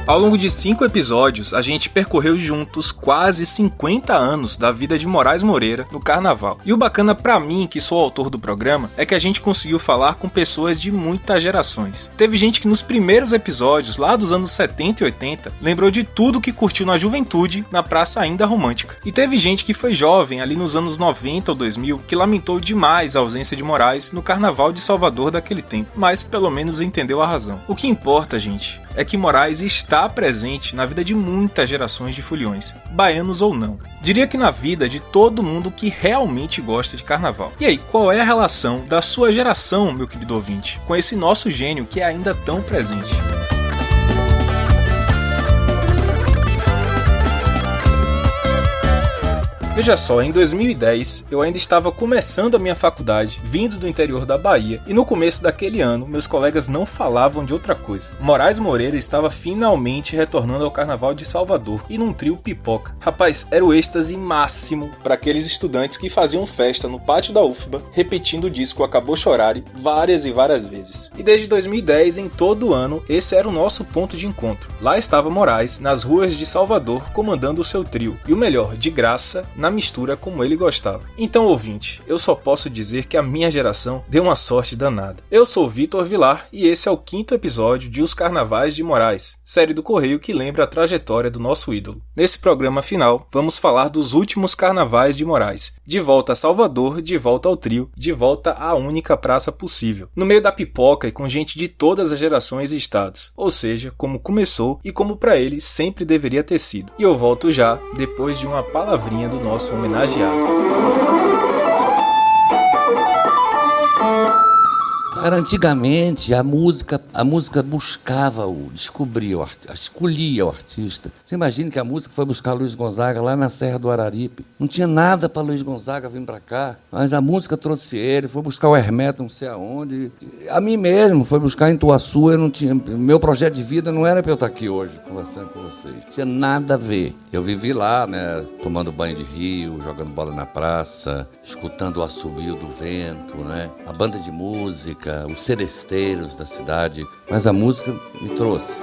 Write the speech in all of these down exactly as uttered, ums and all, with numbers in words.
Ao longo de cinco episódios, a gente percorreu juntos quase cinquenta anos da vida de Moraes Moreira no Carnaval. E o bacana pra mim, que sou o autor do programa, é que a gente conseguiu falar com pessoas de muitas gerações. Teve gente que nos primeiros episódios, lá dos anos setenta e oitenta, lembrou de tudo que curtiu na juventude, na praça ainda romântica. E teve gente que foi jovem, ali nos anos noventa ou dois mil, que lamentou demais a ausência de Moraes no Carnaval de Salvador daquele tempo, mas pelo menos entendeu a razão. O que importa, gente, é que Moraes está presente na vida de muitas gerações de foliões, baianos ou não. Diria que na vida de todo mundo que realmente gosta de carnaval. E aí, qual é a relação da sua geração, meu querido ouvinte, com esse nosso gênio que é ainda tão presente? Veja só, em dois mil e dez, eu ainda estava começando a minha faculdade, vindo do interior da Bahia, e no começo daquele ano, meus colegas não falavam de outra coisa. Moraes Moreira estava finalmente retornando ao Carnaval de Salvador, e num trio pipoca. Rapaz, era o êxtase máximo para aqueles estudantes que faziam festa no pátio da U F B A, repetindo o disco Acabou Chorare várias e várias vezes. E desde dois mil e dez, em todo ano, esse era o nosso ponto de encontro. Lá estava Moraes, nas ruas de Salvador, comandando o seu trio, e o melhor, de graça, na mistura como ele gostava. Então, ouvinte, eu só posso dizer que a minha geração deu uma sorte danada. Eu sou Vitor Vilar e esse é o quinto episódio de Os Carnavais de Moraes, série do Correio que lembra a trajetória do nosso ídolo. Nesse programa final, vamos falar dos últimos carnavais de Moraes. De volta a Salvador, de volta ao trio, de volta à única praça possível. No meio da pipoca e com gente de todas as gerações e estados. Ou seja, como começou e como para ele sempre deveria ter sido. E eu volto já, depois de uma palavrinha do nosso homenageado. Cara, antigamente a música, a música buscava o, descobria o artista, escolhia o artista. Você imagina que a música foi buscar Luiz Gonzaga lá na Serra do Araripe. Não tinha nada para Luiz Gonzaga vir para cá, mas a música trouxe ele, foi buscar o Hermeto não sei aonde. A mim mesmo, foi buscar em Tuaçu, eu não tinha, meu projeto de vida não era para eu estar aqui hoje conversando com vocês. Não tinha nada a ver. Eu vivi lá, né, tomando banho de rio, jogando bola na praça, escutando o assobio do vento, né, a banda de música, os seresteiros da cidade, mas a música me trouxe.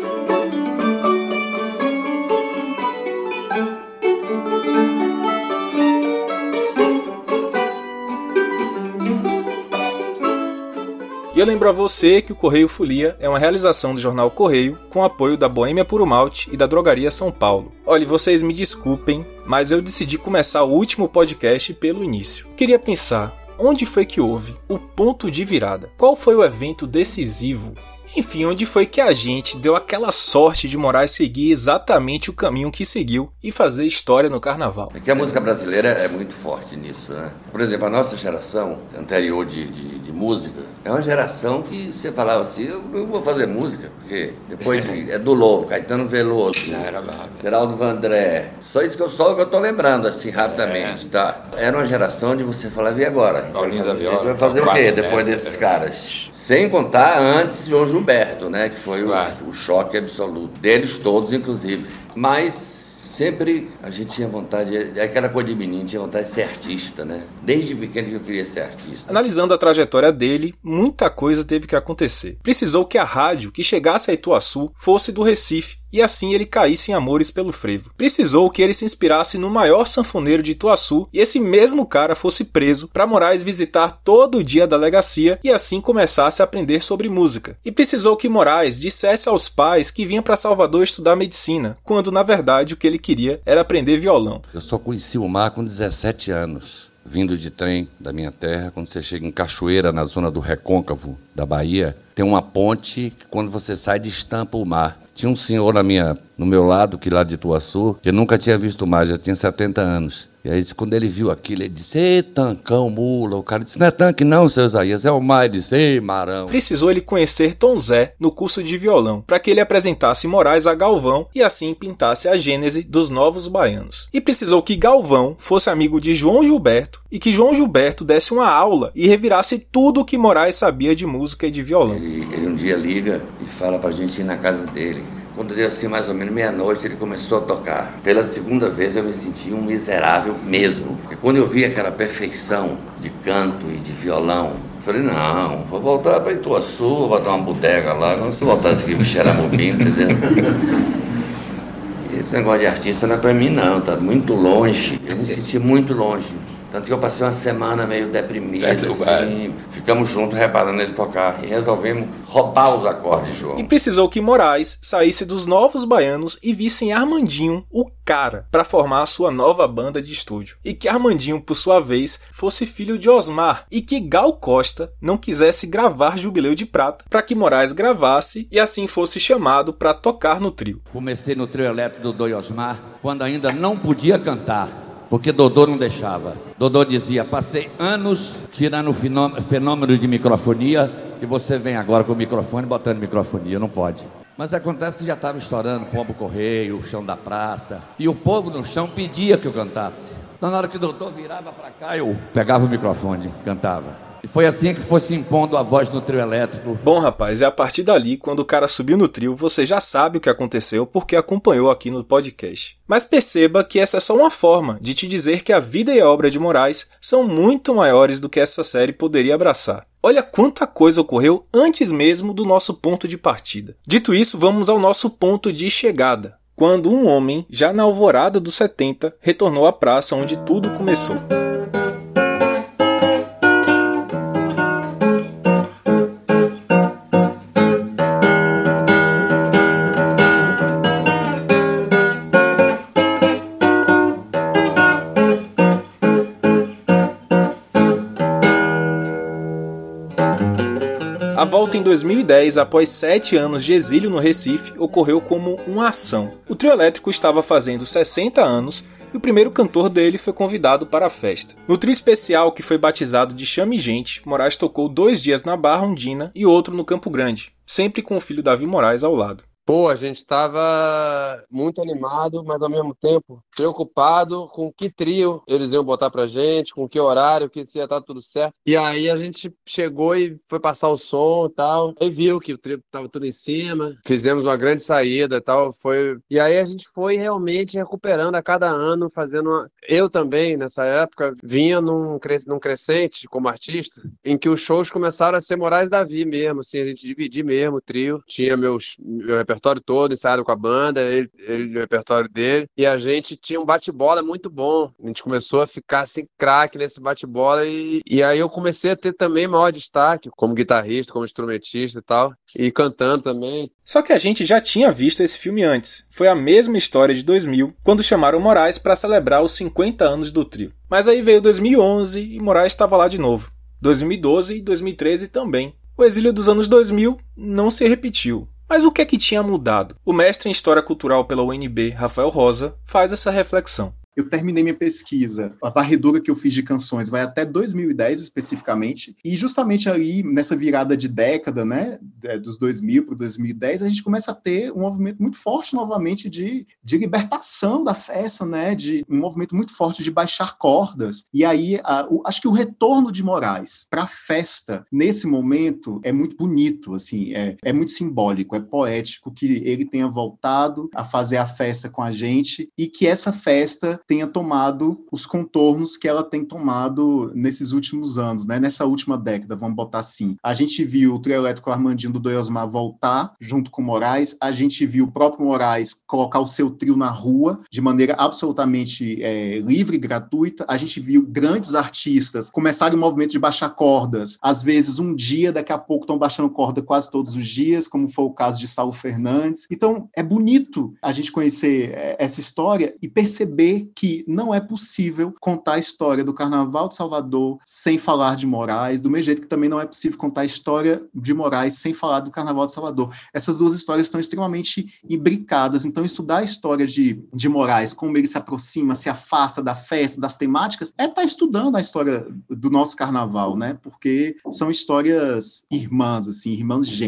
E eu lembro a você que o Correio Folia é uma realização do jornal Correio com apoio da Boêmia Puro Malte e da Drogaria São Paulo. Olha, vocês me desculpem, mas eu decidi começar o último podcast pelo início. Queria pensar, onde foi que houve o ponto de virada? Qual foi o evento decisivo? Enfim, onde foi que a gente deu aquela sorte de Moraes seguir exatamente o caminho que seguiu e fazer história no Carnaval? É que a música brasileira é muito forte nisso, né? Por exemplo, a nossa geração anterior de, de, de música é uma geração que você falava assim, eu não vou fazer música, porque depois de, é do Lobo, Caetano Veloso, Geraldo Vandré, só isso que eu, só que eu tô lembrando assim rapidamente, é. Tá? Era uma geração onde você falava, e agora? A gente vai fazer, Viola, vai fazer o quê depois desses caras? Sem contar antes João Gilberto, né, que foi claro. o, o choque absoluto, deles todos inclusive. Mas sempre a gente tinha vontade, aquela coisa de menino, tinha vontade de ser artista, né? Desde pequeno que eu queria ser artista. Analisando a trajetória dele, muita coisa teve que acontecer. Precisou que a rádio que chegasse a Ituaçu fosse do Recife, e assim ele caísse em amores pelo frevo. Precisou que ele se inspirasse no maior sanfoneiro de Ituaçu e esse mesmo cara fosse preso para Moraes visitar todo dia a delegacia e assim começasse a aprender sobre música. E precisou que Moraes dissesse aos pais que vinha para Salvador estudar medicina, quando na verdade o que ele queria era aprender violão. Eu só conheci o mar com dezessete anos. Vindo de trem da minha terra, quando você chega em Cachoeira, na zona do Recôncavo da Bahia, tem uma ponte que quando você sai destampa o mar. Tinha um senhor na minha, no meu lado, que lá de Ituaçu, que nunca tinha visto o mar, já tinha setenta anos. E aí, quando ele viu aquilo, ele disse, ei, tancão, mula. O cara disse, não é tanque não, seu Isaías, é o mar. Ele disse, ei, marão. Precisou ele conhecer Tom Zé no curso de violão, para que ele apresentasse Moraes a Galvão e assim pintasse a gênese dos novos baianos. E precisou que Galvão fosse amigo de João Gilberto e que João Gilberto desse uma aula e revirasse tudo o que Moraes sabia de música e de violão. Ele, ele um dia liga e fala pra gente ir na casa dele. Quando deu assim mais ou menos meia-noite, ele começou a tocar. Pela segunda vez eu me senti um miserável mesmo. Porque quando eu vi aquela perfeição de canto e de violão, falei, não, vou voltar para Ituaçu, vou botar uma bodega lá, não se voltasse aqui, cheirar bobina, entendeu? Esse negócio de artista não é para mim não, tá muito longe, eu me senti muito longe. Tanto que eu passei uma semana meio deprimido, assim, ficamos juntos reparando ele tocar e resolvemos roubar os acordes, João. E precisou que Moraes saísse dos Novos Baianos e visse em Armandinho o cara para formar a sua nova banda de estúdio. E que Armandinho, por sua vez, fosse filho de Osmar e que Gal Costa não quisesse gravar Jubileu de Prata para que Moraes gravasse e assim fosse chamado para tocar no trio. Comecei no trio elétrico do Dodô e Osmar quando ainda não podia cantar. Porque Dodô não deixava. Dodô dizia, passei anos tirando o fenômeno de microfonia e você vem agora com o microfone botando microfonia, não pode. Mas acontece que já estava estourando Pombo Correio, o chão da praça, e o povo no chão pedia que eu cantasse. Então na hora que o Dodô virava para cá, eu pegava o microfone, cantava. E foi assim que foi se impondo a voz no trio elétrico. Bom, rapaz, é a partir dali, quando o cara subiu no trio, você já sabe o que aconteceu porque acompanhou aqui no podcast. Mas perceba que essa é só uma forma de te dizer que a vida e a obra de Moraes são muito maiores do que essa série poderia abraçar. Olha quanta coisa ocorreu antes mesmo do nosso ponto de partida. Dito isso, vamos ao nosso ponto de chegada, quando um homem, já na alvorada dos setenta, retornou à praça onde tudo começou. A volta em dois mil e dez, após sete anos de exílio no Recife, ocorreu como uma ação. O trio elétrico estava fazendo sessenta anos e o primeiro cantor dele foi convidado para a festa. No trio especial, que foi batizado de Chame Gente, Moraes tocou dois dias na Barra Ondina e outro no Campo Grande, sempre com o filho Davi Moraes ao lado. Pô, a gente estava muito animado, mas ao mesmo tempo preocupado com que trio eles iam botar pra gente, com que horário, que se ia estar tudo certo. E aí a gente chegou e foi passar o som e tal, aí viu que o trio tava tudo em cima, fizemos uma grande saída e tal, foi... E aí a gente foi realmente recuperando a cada ano, fazendo uma... Eu também, nessa época, vinha num, cres... num crescente como artista, em que os shows começaram a ser Moraes Davi mesmo, assim, a gente dividia mesmo o trio, tinha meus... meu repertório todo ensaiado com a banda, ele, ele o repertório dele, e a gente tinha um bate-bola muito bom. A gente começou a ficar assim, craque nesse bate-bola, e, e aí eu comecei a ter também maior destaque, como guitarrista, como instrumentista e tal, e cantando também. Só que a gente já tinha visto esse filme antes. Foi a mesma história de dois mil, quando chamaram Moraes para celebrar os cinquenta anos do trio. Mas aí veio dois mil e onze e Moraes estava lá de novo. dois mil e doze e dois mil e treze também. O exílio dos anos dois mil não se repetiu. Mas o que é que tinha mudado? O mestre em História Cultural pela U N B, Rafael Rosa, faz essa reflexão. Eu terminei minha pesquisa, a varredura que eu fiz de canções vai até dois mil e dez especificamente, e justamente ali, nessa virada de década, né, dos dois mil para dois mil e dez, a gente começa a ter um movimento muito forte novamente de, de libertação da festa, né, de um movimento muito forte de baixar cordas, e aí a, o, acho que o retorno de Moraes para a festa, nesse momento, é muito bonito, assim, é, é muito simbólico, é poético que ele tenha voltado a fazer a festa com a gente, e que essa festa tenha tomado os contornos que ela tem tomado nesses últimos anos, né? Nessa última década, vamos botar assim. A gente viu o trio elétrico Armandinho do Dodô e Osmar voltar junto com Moraes, a gente viu o próprio Moraes colocar o seu trio na rua de maneira absolutamente é, livre e gratuita, a gente viu grandes artistas começarem o movimento de baixar cordas, às vezes um dia, daqui a pouco estão baixando corda quase todos os dias, como foi o caso de Saulo Fernandes. Então, é bonito a gente conhecer essa história e perceber que não é possível contar a história do Carnaval de Salvador sem falar de Moraes, do mesmo jeito que também não é possível contar a história de Moraes sem falar do Carnaval de Salvador. Essas duas histórias estão extremamente imbricadas, então estudar a história de, de Moraes, como ele se aproxima, se afasta da festa, das temáticas, é estar estudando a história do nosso Carnaval, né? Porque são histórias irmãs, assim, irmãs gêmeas.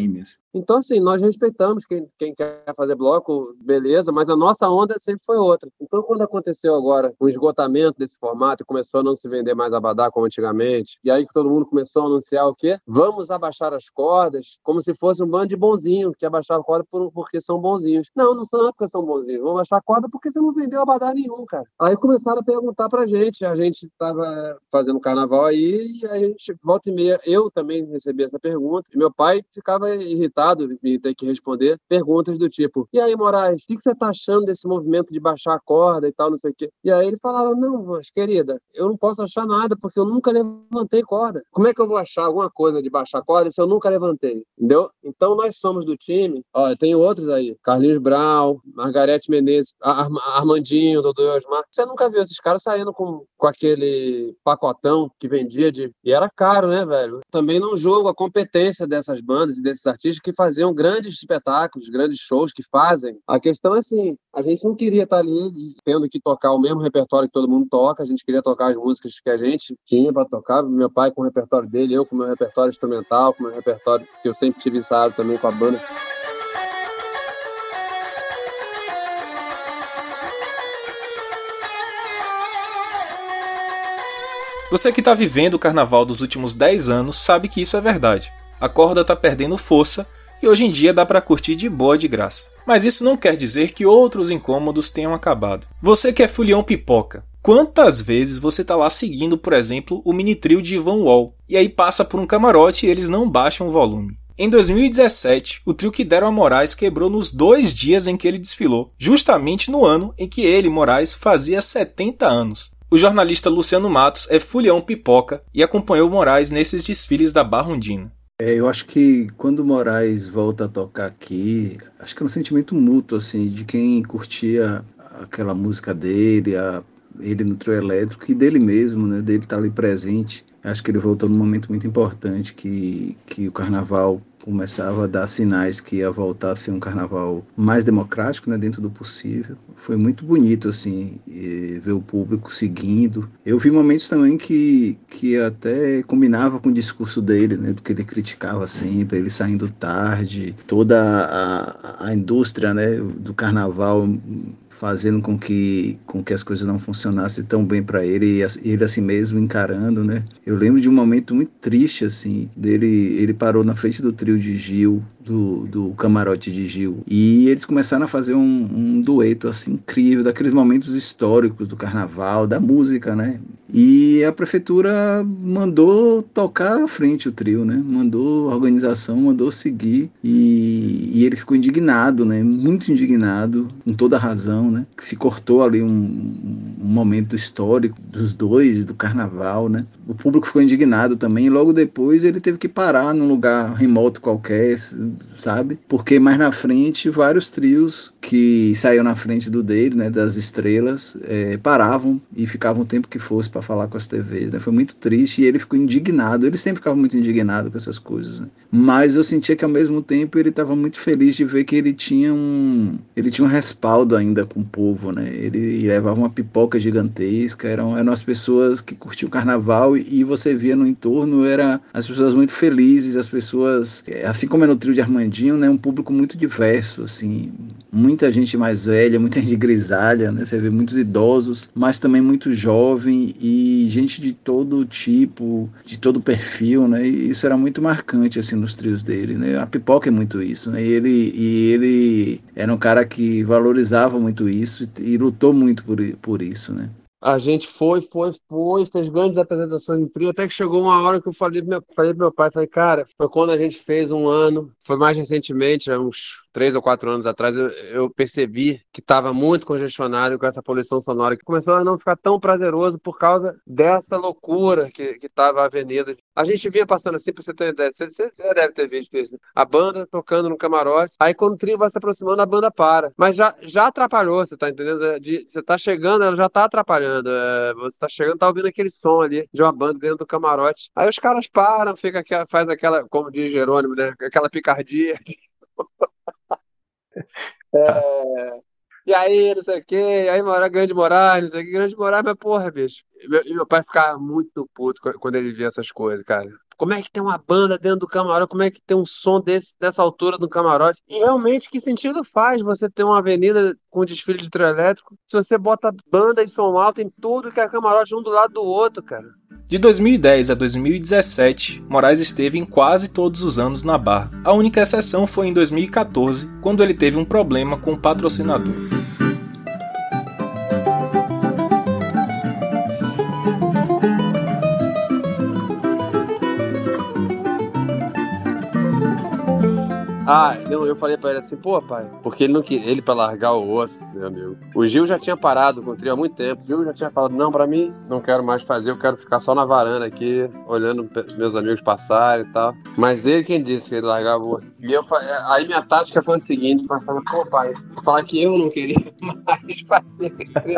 Então, assim, nós respeitamos quem, quem quer fazer bloco, beleza, mas a nossa onda sempre foi outra. Então, quando aconteceu agora o esgotamento desse formato e começou a não se vender mais abadá como antigamente, e aí que todo mundo começou a anunciar o quê? Vamos abaixar as cordas, como se fosse um bando de bonzinhos, que abaixaram a corda por, porque são bonzinhos. Não, não são porque são bonzinhos. Vão abaixar a corda porque você não vendeu abadá nenhum, cara. Aí começaram a perguntar pra gente. A gente tava fazendo carnaval aí, e a gente, volta e meia, eu também recebi essa pergunta, e meu pai ficava irritado em ter que responder perguntas do tipo: e aí, Moraes, o que você tá achando desse movimento de baixar a corda e tal, não sei o quê? E aí ele falava: não, mas querida, eu não posso achar nada porque eu nunca levantei corda. Como é que eu vou achar alguma coisa de baixar corda se eu nunca levantei? Entendeu? Então nós somos do time. Ó, tem outros aí: Carlinhos Brau, Margarete Menezes, Ar Armandinho, Dodô Osmar. Você nunca viu esses caras saindo com, com aquele pacotão que vendia de. E era caro, né, velho? Também não julgo a competência dessas bandas e desses artistas que faziam grandes espetáculos, grandes shows que fazem. A questão é assim, a gente não queria estar ali tendo que tocar o mesmo repertório que todo mundo toca, a gente queria tocar as músicas que a gente tinha para tocar, meu pai com o repertório dele, eu com o meu repertório instrumental, com o meu repertório que eu sempre tive ensaiado também com a banda. Você que está vivendo o carnaval dos últimos dez anos sabe que isso é verdade. A corda está perdendo força e hoje em dia dá para curtir de boa de graça. Mas isso não quer dizer que outros incômodos tenham acabado. Você que é fulião pipoca, quantas vezes você tá lá seguindo, por exemplo, o mini trio de Ivan Wall, e aí passa por um camarote e eles não baixam o volume? Em dois mil e dezessete, o trio que deram a Moraes quebrou nos dois dias em que ele desfilou, justamente no ano em que ele, Moraes, fazia setenta anos. O jornalista Luciano Matos é fulião pipoca e acompanhou Moraes nesses desfiles da Barrondina. É, eu acho que quando o Moraes volta a tocar aqui, acho que é um sentimento mútuo, assim, de quem curtia aquela música dele, a, ele no trio elétrico, e dele mesmo, né, dele estar ali presente. Acho que ele voltou num momento muito importante, que, que o carnaval começava a dar sinais que ia voltar a ser um carnaval mais democrático, né, dentro do possível. Foi muito bonito, assim, ver o público seguindo. Eu vi momentos também que, que até combinava com o discurso dele, né, do que ele criticava sempre, ele saindo tarde, toda a, a indústria, né, do carnaval fazendo com que, com que as coisas não funcionassem tão bem para ele, e ele assim mesmo encarando, né? Eu lembro de um momento muito triste, assim, dele, ele parou na frente do trio de Gil, do, do camarote de Gil, e eles começaram a fazer um, um dueto, assim, incrível, daqueles momentos históricos do carnaval, da música, né? E a prefeitura mandou tocar à frente o trio, né? Mandou a organização, mandou seguir, e, e ele ficou indignado, né? Muito indignado, com toda a razão, né? Se cortou ali um, um momento histórico dos dois, do carnaval, né? O público ficou indignado também, e logo depois ele teve que parar num lugar remoto qualquer, sabe? Porque mais na frente, vários trios que saíam na frente do dele, né? Das estrelas, é, paravam e ficavam o tempo que fosse para falar com as T Vs, né? Foi muito triste e ele ficou indignado. Ele sempre ficava muito indignado com essas coisas, né? Mas eu sentia que ao mesmo tempo ele estava muito feliz de ver que ele tinha um ele tinha um respaldo ainda com o povo, né? Ele levava uma pipoca gigantesca, eram, eram as pessoas que curtiam o carnaval, e, e você via no entorno, era as pessoas muito felizes, as pessoas, assim como é no trio de Armandinho, né? Um público muito diverso, assim, muita gente mais velha, muita gente grisalha, né? Você vê muitos idosos, mas também muito jovem, e gente de todo tipo, de todo perfil, né? E isso era muito marcante, assim, nos trios dele, né? A pipoca é muito isso, né? E ele, e ele era um cara que valorizava muito isso e, e lutou muito por, por isso, né? A gente foi, foi, foi, fez grandes apresentações em trio, até que chegou uma hora que eu falei pro meu, falei pro meu pai, falei, cara, foi quando a gente fez um ano, foi mais recentemente, uns três ou quatro anos atrás, eu, eu percebi que estava muito congestionado com essa poluição sonora, que começou a não ficar tão prazeroso por causa dessa loucura que que estava a avenida. A gente vinha passando assim, pra você ter ideia, você, você já deve ter visto isso, né? A banda tocando no camarote, aí quando o trio vai se aproximando, a banda para, mas já, já atrapalhou, você tá entendendo? De, você tá chegando, ela já tá atrapalhando. É, você tá chegando, tá ouvindo aquele som ali de uma banda dentro do camarote. Aí os caras param, fica aquela, faz aquela, como diz Jerônimo, né? Aquela picardia. É, e aí, não sei o quê, aí mora Grande Moraes, não sei o que, Grande Moraes, mas porra, bicho. E meu, e meu pai ficava muito puto co- quando ele via essas coisas, cara. Como é que tem uma banda dentro do camarote? Como é que tem um som desse, dessa altura do camarote? E realmente, que sentido faz você ter uma avenida com desfile de trio elétrico se você bota banda e som alto em tudo que é camarote um do lado do outro, cara? De dois mil e dez a dois mil e dezessete, Moraes esteve em quase todos os anos na Barra. A única exceção foi em dois mil e quatorze, quando ele teve um problema com o patrocinador. Ah, não, eu falei pra ele assim, pô, pai, porque ele não queria, ele pra largar o osso, meu amigo. O Gil já tinha parado com o trio há muito tempo. O Gil já tinha falado, não, pra mim, não quero mais fazer, eu quero ficar só na varanda aqui, olhando meus amigos passarem e tal. Mas ele quem disse que ele largava o osso. E eu, aí minha tática foi o seguinte, eu falei, pô, pai, vou falar que eu não queria mais fazer.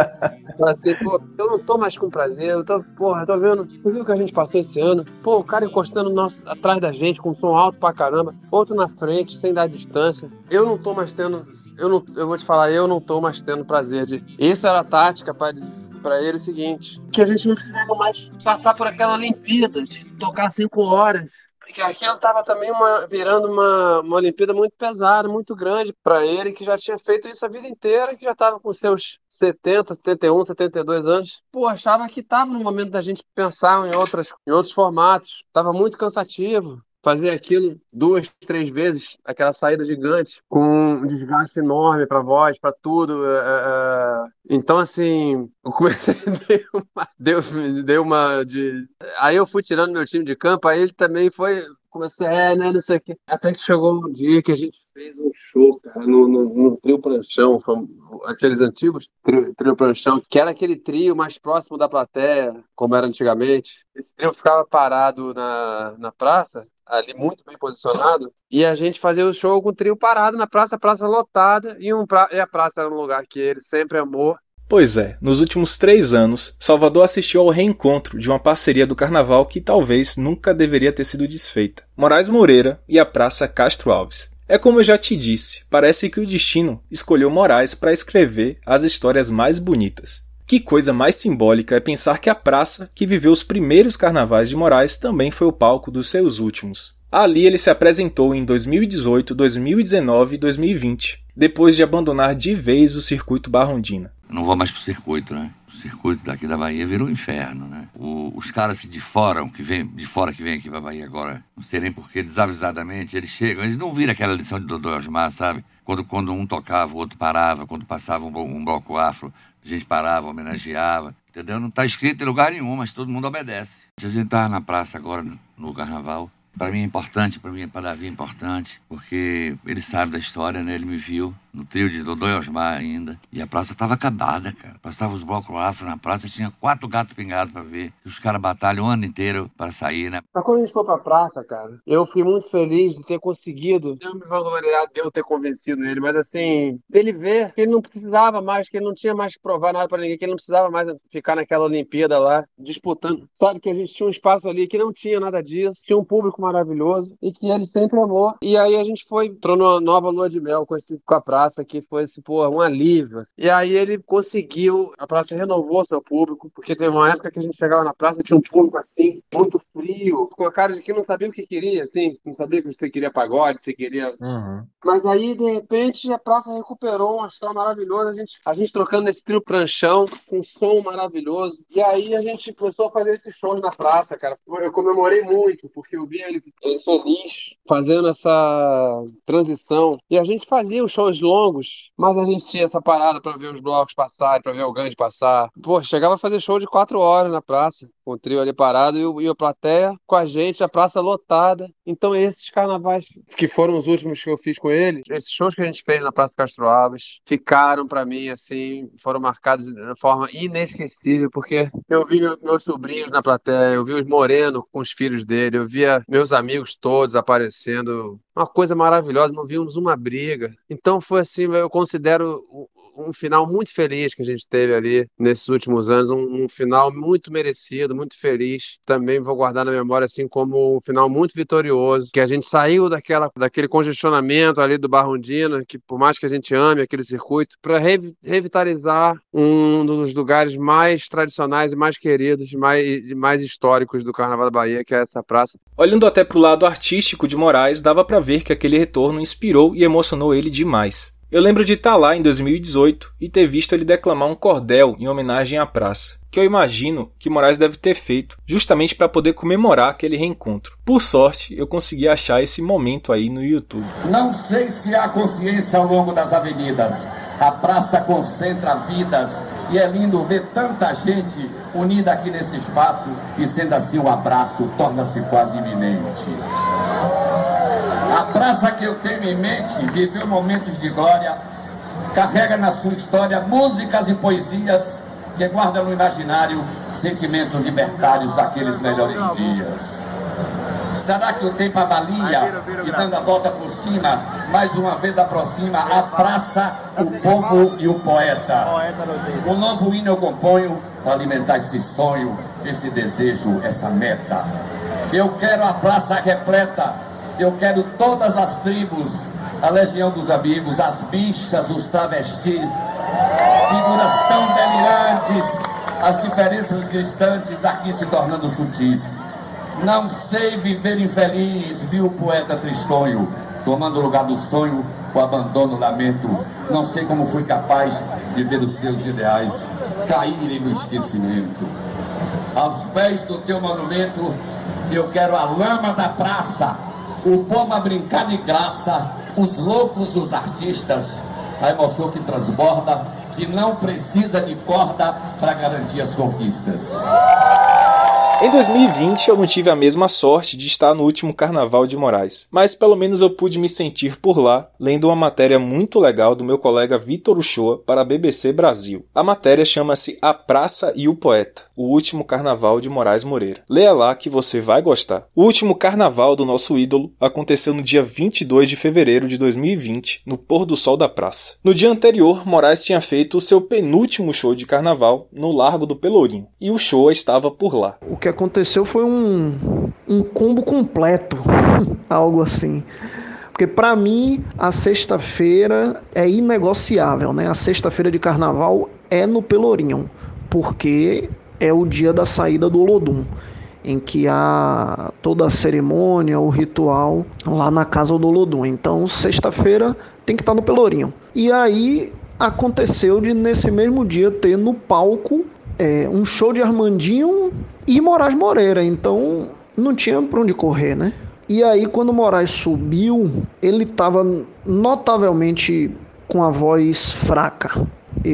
Assim, pô, eu não tô mais com prazer, eu tô, porra, eu tô vendo, você viu o que a gente passou esse ano? Pô, o cara encostando nosso, atrás da gente, com som alto pra caramba, outro na frente, sem dar distância. Eu não tô mais tendo, eu, não, eu vou te falar, eu não tô mais tendo prazer de... Isso era a tática pra, pra ele o seguinte, que a gente não precisava mais passar por aquela Olimpíada, de tocar cinco horas. Porque aquilo tava também uma, virando uma, uma Olimpíada muito pesada, muito grande pra ele, que já tinha feito isso a vida inteira, que já tava com seus setenta, setenta e um, setenta e dois anos. Pô, achava que tava no momento da gente pensar em, outras, em outros formatos. Tava muito cansativo. Fazer aquilo duas, três vezes, aquela saída gigante, com um desgaste enorme para voz, para tudo. É, é... Então, assim, eu comecei a deu uma, deu, deu uma de. Aí eu fui tirando meu time de campo, aí ele também foi. Comecei, é, né, não sei o quê. Até que chegou um dia que a gente fez um show, cara, no, no, no trio pranchão, aqueles antigos trio, trio pranchão, que era aquele trio mais próximo da plateia, como era antigamente. Esse trio ficava parado na, na praça, ali muito bem posicionado, e a gente fazia o show com o trio parado na praça, a praça lotada, e, um pra... e a praça era um lugar que ele sempre amou. Pois é, nos últimos três anos, Salvador assistiu ao reencontro de uma parceria do carnaval que talvez nunca deveria ter sido desfeita. Moraes Moreira e a Praça Castro Alves. É como eu já te disse, parece que o destino escolheu Moraes para escrever as histórias mais bonitas. Que coisa mais simbólica é pensar que a praça, que viveu os primeiros carnavais de Moraes, também foi o palco dos seus últimos. Ali ele se apresentou em dois mil e dezoito, dois mil e dezenove e dois mil e vinte, depois de abandonar de vez o circuito Barrondina. Não vou mais pro circuito, né? O circuito daqui da Bahia virou um inferno, né? O, os caras de fora, que vem, de fora que vem aqui pra Bahia agora, não sei nem porquê, desavisadamente, eles chegam, eles não viram aquela lição de Dodô Osmar, sabe? Quando, quando um tocava, o outro parava, quando passava um, um bloco afro, a gente parava, homenageava, entendeu? Não tá escrito em lugar nenhum, mas todo mundo obedece. A gente tava na praça agora, no carnaval. Para mim é importante, para mim, para Davi é importante, porque ele sabe da história, né? Ele me viu no trio de Dodô e Osmar ainda. E a praça estava acabada, cara. Passava os blocos afro na praça, tinha quatro gatos pingados para ver. E os caras batalham o ano inteiro para sair, né? Mas quando a gente foi pra praça, cara, eu fui muito feliz de ter conseguido. Eu me vangloriar de eu ter convencido ele, mas assim, dele ver que ele não precisava mais, que ele não tinha mais que provar nada pra ninguém, que ele não precisava mais ficar naquela Olimpíada lá, disputando. Sabe que a gente tinha um espaço ali que não tinha nada disso, tinha um público maravilhoso e que ele sempre amou. E aí a gente foi, entrou numa nova lua de mel com, esse, com a praça, que foi esse, pô, um alívio. E aí ele conseguiu, a praça renovou seu público, porque teve uma época que a gente chegava na praça e tinha um público assim, muito frio, com a cara de que não sabia o que queria, assim, não sabia que você queria pagode, você queria... Uhum. Mas aí, de repente, a praça recuperou um astral maravilhoso, a gente, a gente trocando esse trio pranchão, com um som maravilhoso. E aí a gente começou a fazer esses shows na praça, cara. Eu comemorei muito, porque eu vi ele, ele feliz, fazendo essa transição. E a gente fazia os shows longos, mas a gente tinha essa parada pra ver os blocos passarem, pra ver o Gandhi passar. Pô, chegava a fazer show de quatro horas na praça, com o trio ali parado e, o, e a plateia com a gente, a praça lotada. Então esses carnavais, que foram os últimos que eu fiz com ele, esses shows que a gente fez na Praça Castro Alves, ficaram pra mim, assim, foram marcados de uma forma inesquecível, porque eu vi meu, meus sobrinhos na plateia, eu vi os Moreno com os filhos dele, eu via meus amigos todos aparecendo, uma coisa maravilhosa, não vimos uma briga. Então foi assim, eu considero um final muito feliz que a gente teve ali nesses últimos anos, um, um final muito merecido, muito feliz. Também vou guardar na memória assim como um final muito vitorioso, que a gente saiu daquela, daquele congestionamento ali do Barrondina, que por mais que a gente ame aquele circuito, para re, revitalizar um dos lugares mais tradicionais e mais queridos, mais, mais históricos do Carnaval da Bahia, que é essa praça. Olhando até pro lado artístico de Moraes, dava para ver que aquele retorno inspirou e emocionou ele demais. Eu lembro de estar lá em dois mil e dezoito e ter visto ele declamar um cordel em homenagem à praça, que eu imagino que Moraes deve ter feito justamente para poder comemorar aquele reencontro. Por sorte, eu consegui achar esse momento aí no YouTube. Não sei se há consciência ao longo das avenidas. A praça concentra vidas e é lindo ver tanta gente unida aqui nesse espaço e sendo assim o abraço torna-se quase iminente. A praça que eu tenho em mente viveu momentos de glória, carrega na sua história músicas e poesias que guardam no imaginário sentimentos libertários daqueles melhores dias. Será que o tempo avalia e dando a volta por cima, mais uma vez aproxima a praça, o povo e o poeta? Um novo hino eu componho para alimentar esse sonho, esse desejo, essa meta. Eu quero a praça repleta, eu quero todas as tribos, a legião dos amigos, as bichas, os travestis, figuras tão delirantes, as diferenças distantes aqui se tornando sutis. Não sei viver infeliz, viu o poeta tristonho, tomando o lugar do sonho, o abandono, o lamento. Não sei como fui capaz de ver os seus ideais caírem no esquecimento. Aos pés do teu monumento, eu quero a lama da praça, o povo a brincar de graça, os loucos, os artistas, a emoção que transborda, que não precisa de corda para garantir as conquistas. Em dois mil e vinte eu não tive a mesma sorte de estar no último Carnaval de Moraes, mas pelo menos eu pude me sentir por lá, lendo uma matéria muito legal do meu colega Vitor Uchoa para a B B C Brasil. A matéria chama-se A Praça e o Poeta, o último Carnaval de Moraes Moreira. Leia lá que você vai gostar. O último Carnaval do nosso ídolo aconteceu no dia vinte e dois de fevereiro de dois mil e vinte, no pôr do sol da praça. No dia anterior, Moraes tinha feito o seu penúltimo show de Carnaval no Largo do Pelourinho, e o Uchoa estava por lá. O que aconteceu foi um, um combo completo, algo assim. Porque para mim a sexta-feira é inegociável, né? A sexta-feira de Carnaval é no Pelourinho, porque é o dia da saída do Olodum, em que há toda a cerimônia, o ritual lá na casa do Olodum. Então sexta-feira tem que estar no Pelourinho. E aí aconteceu de nesse mesmo dia ter no palco é, um show de Armandinho e Moraes Moreira, então não tinha para onde correr, né? E aí quando o Moraes subiu, ele estava notavelmente com a voz fraca.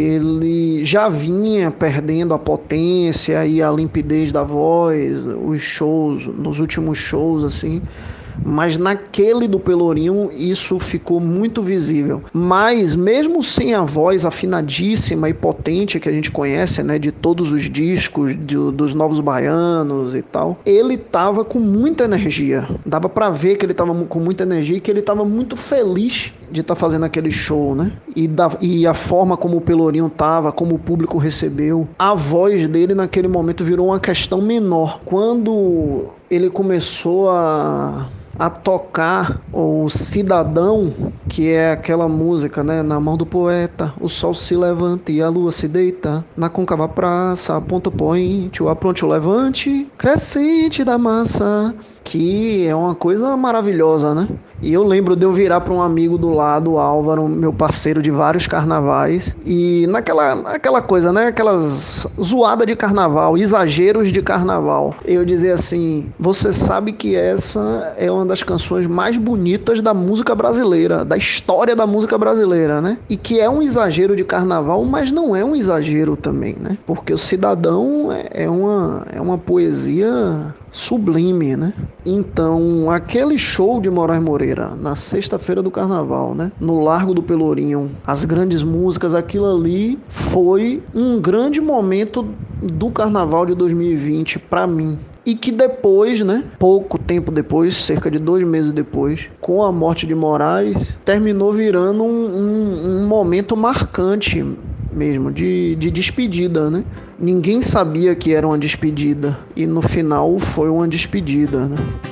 Ele já vinha perdendo a potência e a limpidez da voz, os shows, nos últimos shows, assim. Mas naquele do Pelourinho isso ficou muito visível. Mas mesmo sem a voz afinadíssima e potente que a gente conhece, né, de todos os discos de, dos Novos Baianos e tal, ele estava com muita energia. Dava para ver que ele estava com muita energia e que ele estava muito feliz de estar tá fazendo aquele show, né? E, da, e a forma como o Pelourinho estava, como o público recebeu, a voz dele naquele momento virou uma questão menor. Quando ele começou a a tocar o Cidadão, que é aquela música, né? Na mão do poeta, o sol se levanta e a lua se deita, na côncava praça, ponto poente, o apronte o levante, crescente da massa, que é uma coisa maravilhosa, né? E eu lembro de eu virar para um amigo do lado, Álvaro, meu parceiro de vários carnavais, e naquela aquela coisa, né? Aquelas zoada de carnaval, exageros de carnaval. Eu dizer assim, você sabe que essa é uma das canções mais bonitas da música brasileira, da história da música brasileira, né? E que é um exagero de carnaval, mas não é um exagero também, né? Porque o Cidadão é uma, é uma poesia sublime, né? Então, aquele show de Moraes Moreira na sexta-feira do Carnaval, né? No Largo do Pelourinho, as grandes músicas, aquilo ali foi um grande momento do Carnaval de dois mil e vinte para mim. e que depois, né, pouco tempo depois, cerca de dois meses depois, com a morte de Moraes, terminou virando um, um, um momento marcante mesmo, de, de despedida, né? Ninguém sabia que era uma despedida, e no final foi uma despedida, né?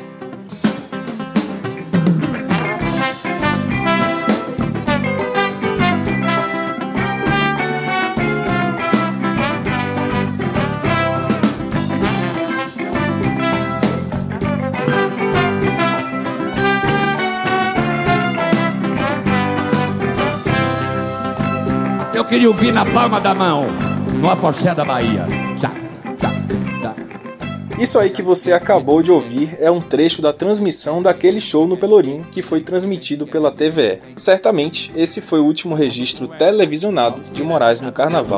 Eu queria ouvir na palma da mão, no afoxé da Bahia. Tchá, tchá, tchá. Isso aí que você acabou de ouvir é um trecho da transmissão daquele show no Pelourinho que foi transmitido pela T V E. Certamente, esse foi o último registro televisionado de Moraes no Carnaval.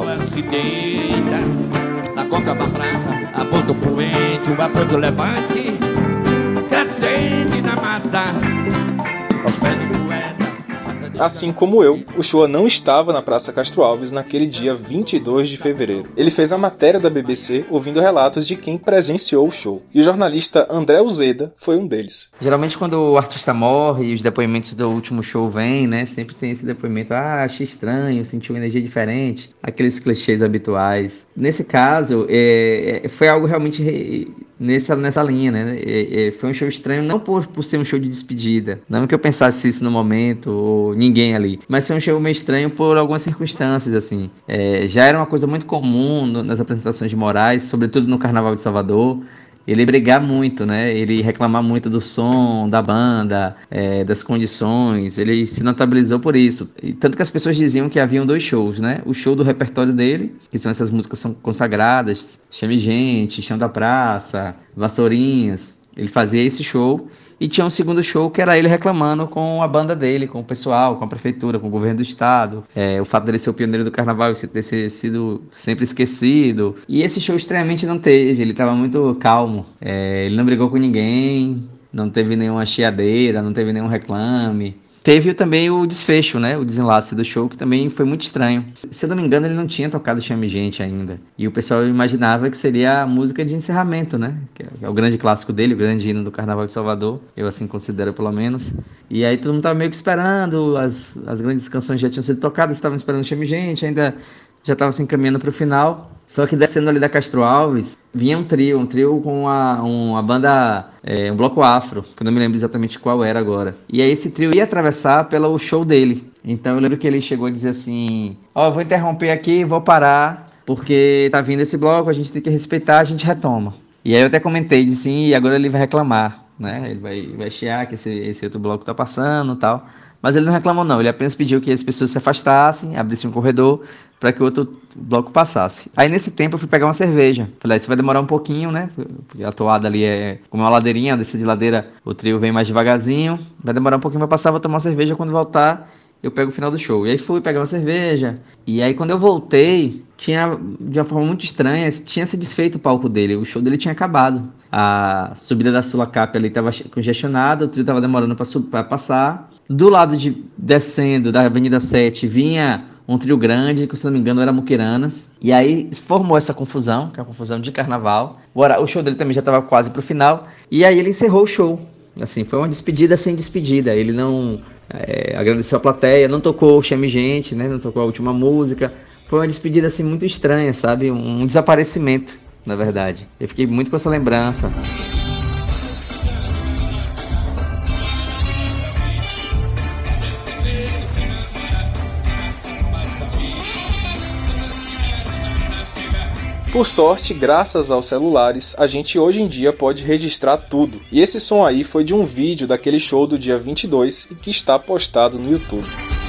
Na conca da praça, a ponto poente, o aponto levante, crescente na massa, aos pés do poeta. Assim como eu, o Shoa não estava na Praça Castro Alves naquele dia vinte e dois de fevereiro. Ele fez a matéria da B B C ouvindo relatos de quem presenciou o show. E o jornalista André Uzeda foi um deles. Geralmente quando o artista morre e os depoimentos do último show vêm, né? Sempre tem esse depoimento, ah, achei estranho, senti uma energia diferente. Aqueles clichês habituais. Nesse caso, é, é, foi algo realmente... Re... Nessa, nessa linha, né? É, é, foi um show estranho, não por, por ser um show de despedida, não que eu pensasse isso no momento, ou ninguém ali, mas foi um show meio estranho por algumas circunstâncias, assim. É, já era uma coisa muito comum no, nas apresentações de Moraes, sobretudo no Carnaval de Salvador, ele brigar muito, né? Ele reclamar muito do som, da banda, é, das condições. Ele se notabilizou por isso. E tanto que as pessoas diziam que haviam dois shows, né? O show do repertório dele, que são essas músicas são consagradas, Chame Gente, Chão da Praça, Vassourinhas. Ele fazia esse show. E tinha um segundo show que era ele reclamando com a banda dele, com o pessoal, com a prefeitura, com o governo do estado. É, o fato dele ser o pioneiro do carnaval e ter sido sempre esquecido. E esse show estranhamente não teve, ele estava muito calmo. É, ele não brigou com ninguém, não teve nenhuma chiadeira, não teve nenhum reclame. Teve também o desfecho, né? O desenlace do show, que também foi muito estranho. Se eu não me engano, ele não tinha tocado Chame Gente ainda. E o pessoal imaginava que seria a música de encerramento, né? Que é o grande clássico dele, o grande hino do Carnaval de Salvador. Eu assim considero, pelo menos. E aí todo mundo estava meio que esperando. As, as grandes canções já tinham sido tocadas, estavam esperando Chame Gente, ainda já estava se encaminhando para o final. Só que descendo ali da Castro Alves, vinha um trio, um trio com uma, uma banda, é, um bloco afro, que eu não me lembro exatamente qual era agora. E aí esse trio ia atravessar pelo show dele. Então eu lembro que ele chegou a dizer assim, ó, oh, vou interromper aqui, vou parar, porque tá vindo esse bloco, a gente tem que respeitar, a gente retoma. E aí eu até comentei, disse sim, e agora ele vai reclamar, né? Ele vai, vai chiar que esse, esse outro bloco tá passando e tal. Mas ele não reclamou não, ele apenas pediu que as pessoas se afastassem, abrissem um corredor para que o outro bloco passasse. Aí nesse tempo eu fui pegar uma cerveja. Falei, ah, isso vai demorar um pouquinho, né? Porque a toada ali é como uma ladeirinha, descer de ladeira, o trio vem mais devagarzinho. Vai demorar um pouquinho para passar, vou tomar uma cerveja, quando voltar eu pego o final do show. E aí fui pegar uma cerveja. E aí quando eu voltei, tinha, de uma forma muito estranha, tinha se desfeito o palco dele. O show dele tinha acabado. A subida da Sulacap ali estava congestionada, o trio estava demorando para passar. Do lado de descendo da Avenida sete vinha um trio grande, que se não me engano era Muquiranas. E aí formou essa confusão, que é a confusão de carnaval. O show dele também já estava quase pro final. E aí ele encerrou o show. Assim, foi uma despedida sem despedida. Ele não é, agradeceu a plateia, não tocou Chame Gente, né? Não tocou a última música. Foi uma despedida assim muito estranha, sabe? Um desaparecimento, na verdade. Eu fiquei muito com essa lembrança. Por sorte, graças aos celulares, a gente hoje em dia pode registrar tudo. E esse som aí foi de um vídeo daquele show do dia vinte e dois e que está postado no YouTube.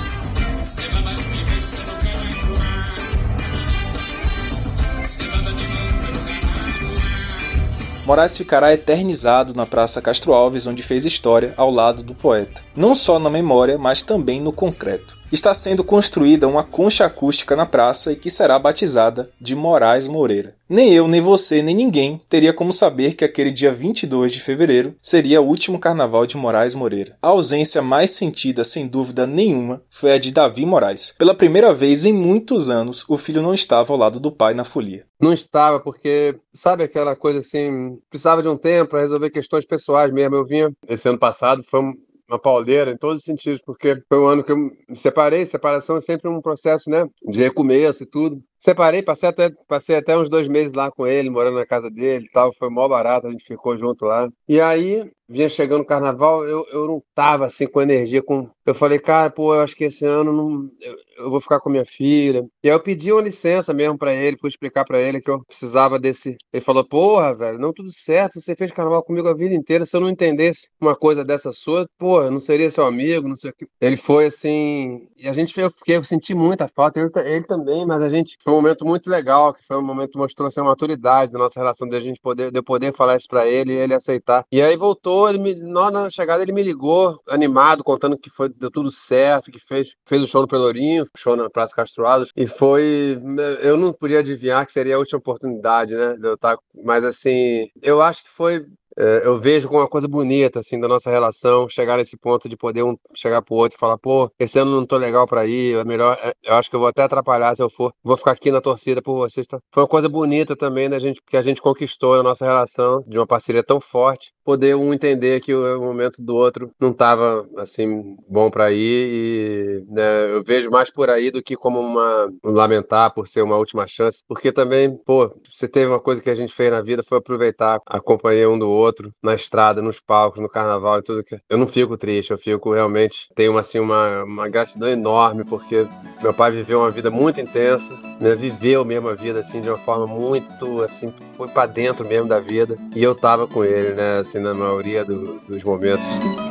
Moraes ficará eternizado na Praça Castro Alves, onde fez história ao lado do poeta. Não só na memória, mas também no concreto. está sendo construída uma concha acústica na praça e que será batizada de Moraes Moreira. Nem eu, nem você, nem ninguém teria como saber que aquele dia vinte e dois de fevereiro seria o último carnaval de Moraes Moreira. A ausência mais sentida, sem dúvida nenhuma, foi a de Davi Moraes. Pela primeira vez em muitos anos, o filho não estava ao lado do pai na folia. Não estava, porque, sabe aquela coisa assim, precisava de um tempo para resolver questões pessoais mesmo. Eu vinha, esse ano passado, foi um uma pauleira em todos os sentidos, porque foi um ano que eu me separei. Separação é sempre um processo, né, de recomeço e tudo. Separei, passei até, passei até uns dois meses lá com ele, morando na casa dele e tal, foi mó barato, a gente ficou junto lá. E aí, vinha chegando o carnaval, eu, eu não tava assim com energia, com... eu falei, cara, pô, eu acho que esse ano não... eu, eu vou ficar com minha filha. E aí eu pedi uma licença mesmo pra ele, fui explicar pra ele que eu precisava desse... Ele falou, porra, velho, não, tudo certo, você fez carnaval comigo a vida inteira, se eu não entendesse uma coisa dessa sua, pô, eu não seria seu amigo, não sei o que. Ele foi assim... E a gente, eu, fiquei, eu senti muita falta, ele, ele também, mas a gente... Foi um momento muito legal, que foi um momento que mostrou assim, a maturidade da nossa relação, de a gente poder, de eu poder falar isso pra ele e ele aceitar. E aí voltou, ele me, na chegada ele me ligou, animado, contando que foi, deu tudo certo, que fez, fez o show no Pelourinho, show na Praça Castro Alves, e foi... Eu não podia adivinhar que seria a última oportunidade, né, de eu estar... Mas assim, eu acho que foi... Eu vejo como uma coisa bonita, assim, da nossa relação, chegar nesse ponto de poder um chegar pro outro e falar, pô, esse ano não tô legal pra ir, é melhor, eu acho que eu vou até atrapalhar se eu for, vou ficar aqui na torcida por vocês. Tá? Foi uma coisa bonita também, da gente, que a gente conquistou na nossa relação, de uma parceria tão forte, poder um entender que o momento do outro não tava, assim, bom pra ir, e né, eu vejo mais por aí do que como uma, um lamentar por ser uma última chance, porque também, pô, você teve uma coisa que a gente fez na vida, foi aproveitar a companhia um do outro, outro, na estrada, nos palcos, no carnaval e tudo que... Eu não fico triste, eu fico realmente... Tenho, assim, uma, uma gratidão enorme, porque meu pai viveu uma vida muito intensa, né? Viveu mesmo a vida, assim, de uma forma muito, assim, foi pra dentro mesmo da vida, e eu tava com ele, né, assim, na maioria do, dos momentos.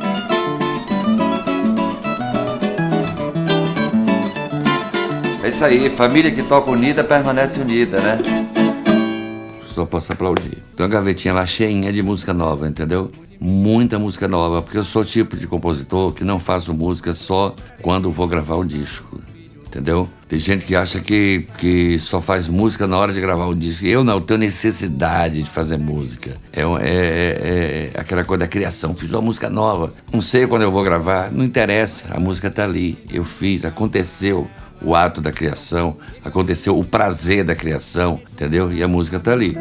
É isso aí, família que toca unida permanece unida, né? Só posso aplaudir. Tem uma gavetinha lá cheinha de música nova, entendeu? Muita música nova, porque eu sou o tipo de compositor que não faço música só quando vou gravar o disco, entendeu? Tem gente que acha que, que só faz música na hora de gravar o disco. Eu não, eu tenho necessidade de fazer música. É, é, é aquela coisa da criação. Fiz uma música nova, não sei quando eu vou gravar, não interessa, a música tá ali. Eu fiz, aconteceu o ato da criação, aconteceu o prazer da criação, entendeu? E a música tá ali.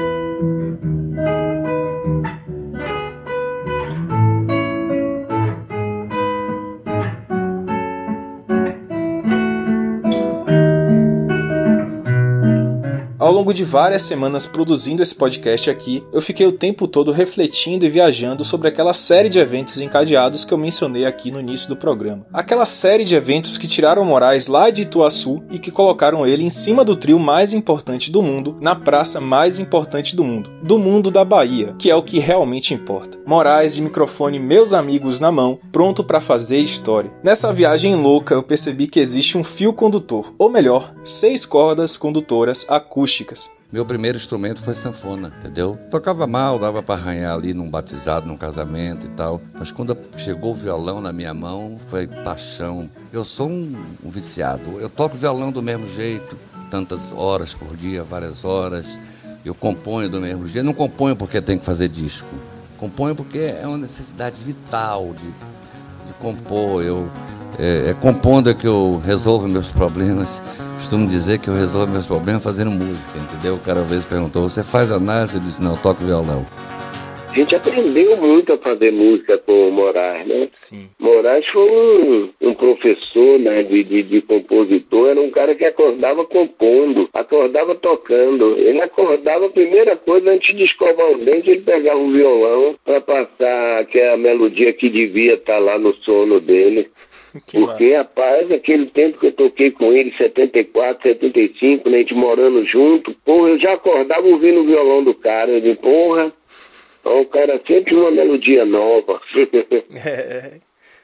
Ao longo de várias semanas produzindo esse podcast aqui, eu fiquei o tempo todo refletindo e viajando sobre aquela série de eventos encadeados que eu mencionei aqui no início do programa. Aquela série de eventos que tiraram Moraes lá de Ituaçu e que colocaram ele em cima do trio mais importante do mundo, na praça mais importante do mundo, do mundo da Bahia, que é o que realmente importa. Moraes de microfone Meus Amigos na mão, pronto para fazer história. Nessa viagem louca eu percebi que existe um fio condutor, ou melhor, seis cordas condutoras acústicas. Meu primeiro instrumento foi sanfona, entendeu? Tocava mal, dava para arranhar ali num batizado, num casamento e tal. Mas quando chegou o violão na minha mão, foi paixão. Eu sou um, um viciado. Eu toco violão do mesmo jeito, tantas horas por dia, várias horas. Eu componho do mesmo jeito. Não componho porque tenho que fazer disco. Componho porque é uma necessidade vital de, de compor. Eu, é, é compondo é que eu resolvo meus problemas. Costumo dizer que eu resolvo meus problemas fazendo música, entendeu? O cara às vezes perguntou, você faz análise? Eu disse, não, eu toco violão. A gente aprendeu muito a fazer música com o Moraes, né? Sim. Moraes foi um, um professor, né, de, de, de compositor, era um cara que acordava compondo, acordava tocando. Ele acordava, a primeira coisa, antes de escovar o dente, ele pegava o violão para passar aquela melodia que devia estar lá no sono dele. Que Porque, massa. Rapaz, aquele tempo que eu toquei com ele, setenta e quatro, setenta e cinco, né, a gente morando junto, porra, eu já acordava ouvindo o violão do cara. Eu disse, porra, o cara sempre uma melodia nova. É,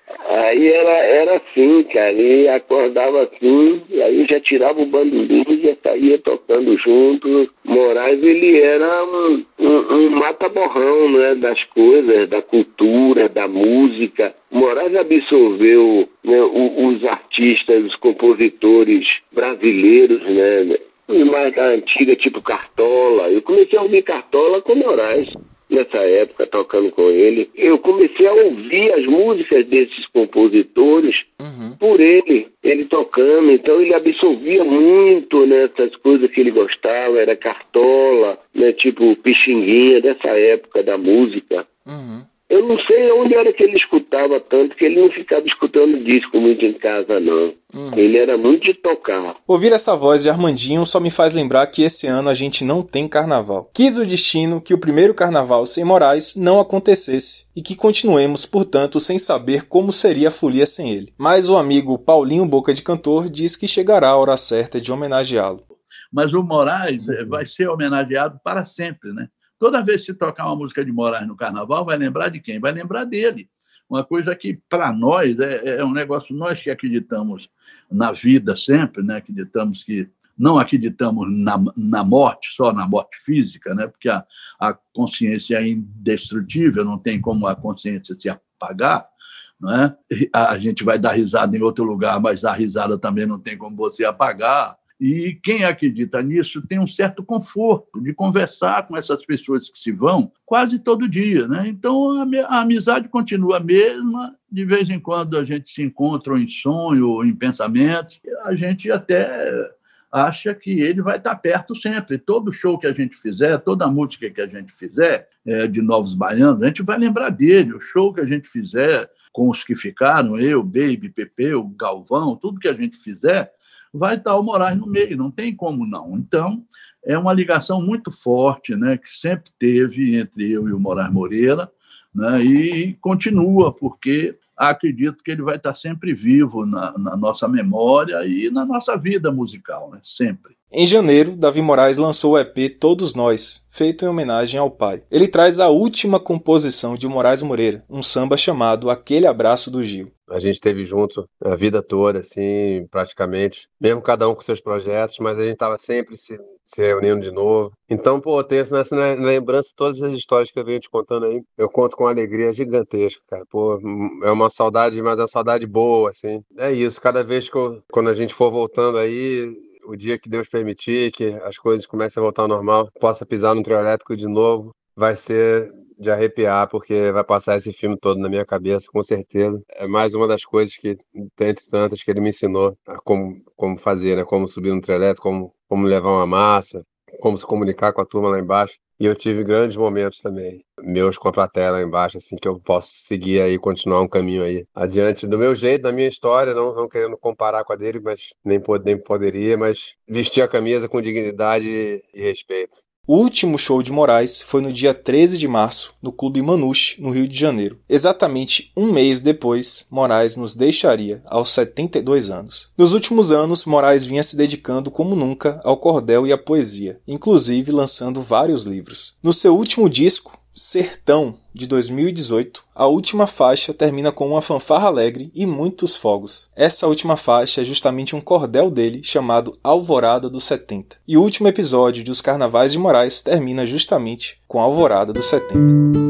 Aí era, era assim, cara, e acordava assim, e aí já tirava o bandolim e já saía tocando junto. Moraes, ele era um, um, um mata-borrão, né, das coisas, da cultura, da música. Moraes absorveu, né, os artistas, os compositores brasileiros, né, os mais da antiga, tipo Cartola. Eu comecei a ouvir Cartola com Moraes. Nessa época, tocando com ele, eu comecei a ouvir as músicas desses compositores uhum. por ele, ele tocando. Então ele absorvia muito nessas né, coisas que ele gostava, era Cartola, né, tipo Pixinguinha, dessa época da música. Uhum. Eu não sei onde era que ele escutava tanto, que ele não ficava escutando disco muito em casa, não. Hum. Ele era muito de tocar. Ouvir essa voz de Armandinho só me faz lembrar que esse ano a gente não tem carnaval. Quis o destino que o primeiro carnaval sem Moraes não acontecesse e que continuemos, portanto, sem saber como seria a folia sem ele. Mas o amigo Paulinho Boca de Cantor diz que chegará a hora certa de homenageá-lo. Mas o Moraes vai ser homenageado para sempre, né? Toda vez que tocar uma música de Moraes no carnaval, vai lembrar de quem? Vai lembrar dele. Uma coisa que, para nós, é, é um negócio, nós que acreditamos na vida sempre, né? Acreditamos que não acreditamos na, na morte, só na morte física, né? Porque a, a consciência é indestrutível, não tem como a consciência se apagar, não é? A gente vai dar risada em outro lugar, mas a risada também não tem como você apagar. E quem acredita nisso tem um certo conforto de conversar com essas pessoas que se vão quase todo dia, né? Então, a amizade continua a mesma. De vez em quando a gente se encontra em sonho ou em pensamentos. A gente até acha que ele vai estar perto sempre. Todo show que a gente fizer, toda música que a gente fizer é, de Novos Baianos, a gente vai lembrar dele. O show que a gente fizer com os que ficaram, eu, Baby, Pepe, o Galvão, tudo que a gente fizer, vai estar o Moraes no meio, não tem como não. Então, é uma ligação muito forte, né, que sempre teve entre eu e o Moraes Moreira, né, e continua, porque acredito que ele vai estar sempre vivo na, na nossa memória e na nossa vida musical, né, sempre. Em janeiro, Davi Moraes lançou o E P Todos Nós, feito em homenagem ao pai. Ele traz a última composição de Moraes Moreira, um samba chamado Aquele Abraço do Gil. A gente esteve junto a vida toda, assim, praticamente, mesmo cada um com seus projetos, mas a gente estava sempre se, se reunindo de novo. Então, pô, tem essa lembrança de todas as histórias que eu venho te contando aí. Eu conto com uma alegria gigantesca, cara. Pô, é uma saudade, mas é uma saudade boa, assim. É isso, cada vez que eu, quando a gente for voltando aí, o dia que Deus permitir, que as coisas comecem a voltar ao normal, possa pisar no trio elétrico de novo, vai ser de arrepiar, porque vai passar esse filme todo na minha cabeça, com certeza. É mais uma das coisas que, entre tantas, que ele me ensinou a como, como fazer, né? Como subir no trio elétrico, como, como levar uma massa, como se comunicar com a turma lá embaixo. E eu tive grandes momentos também, meus com a plateia lá embaixo, assim, que eu posso seguir aí, continuar um caminho aí adiante, do meu jeito, da minha história, não, não querendo comparar com a dele, mas nem, nem poderia, mas vestir a camisa com dignidade e, e respeito. O último show de Moraes foi no dia treze de março, no Clube Manouche, no Rio de Janeiro. Exatamente um mês depois, Moraes nos deixaria, aos setenta e dois anos. Nos últimos anos, Moraes vinha se dedicando como nunca ao cordel e à poesia, inclusive lançando vários livros. No seu último disco, Sertão, de dois mil e dezoito, a última faixa termina com uma fanfarra alegre e muitos fogos. Essa última faixa é justamente um cordel dele chamado Alvorada dos setenta. E o último episódio de Os Carnavais de Moraes termina justamente com a Alvorada dos setenta.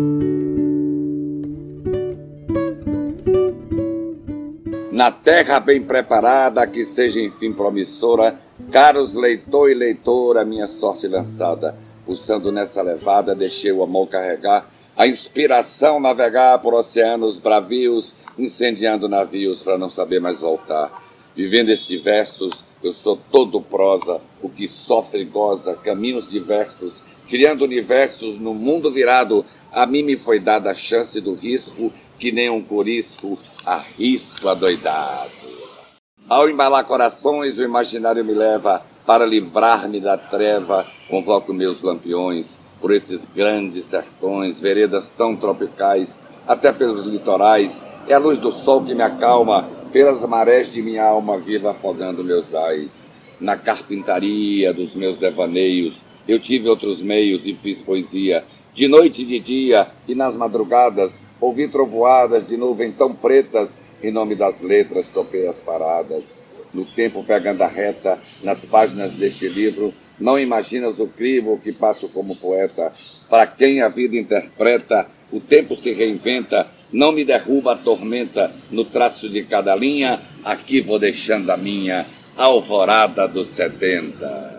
Na terra bem preparada, que seja enfim promissora, caros leitor e leitora, minha sorte lançada. Pulsando nessa levada, deixei o amor carregar, a inspiração navegar por oceanos bravios, incendiando navios para não saber mais voltar. Vivendo esses versos, eu sou todo prosa, o que sofre e goza, caminhos diversos, criando universos no mundo virado. A mim me foi dada a chance do risco, que nem um corisco, arrisco adoidado. Ao embalar corações, o imaginário me leva para livrar-me da treva, convoco meus lampiões por esses grandes sertões, veredas tão tropicais, até pelos litorais. É a luz do sol que me acalma, pelas marés de minha alma viva afogando meus ais. Na carpintaria dos meus devaneios, eu tive outros meios e fiz poesia, de noite e de dia, e nas madrugadas, ouvi trovoadas de nuvem tão pretas, em nome das letras topei as paradas. No tempo pegando a reta, nas páginas deste livro, não imaginas o crivo que passo como poeta. Para quem a vida interpreta, o tempo se reinventa, não me derruba a tormenta, no traço de cada linha, aqui vou deixando a minha alvorada dos setenta.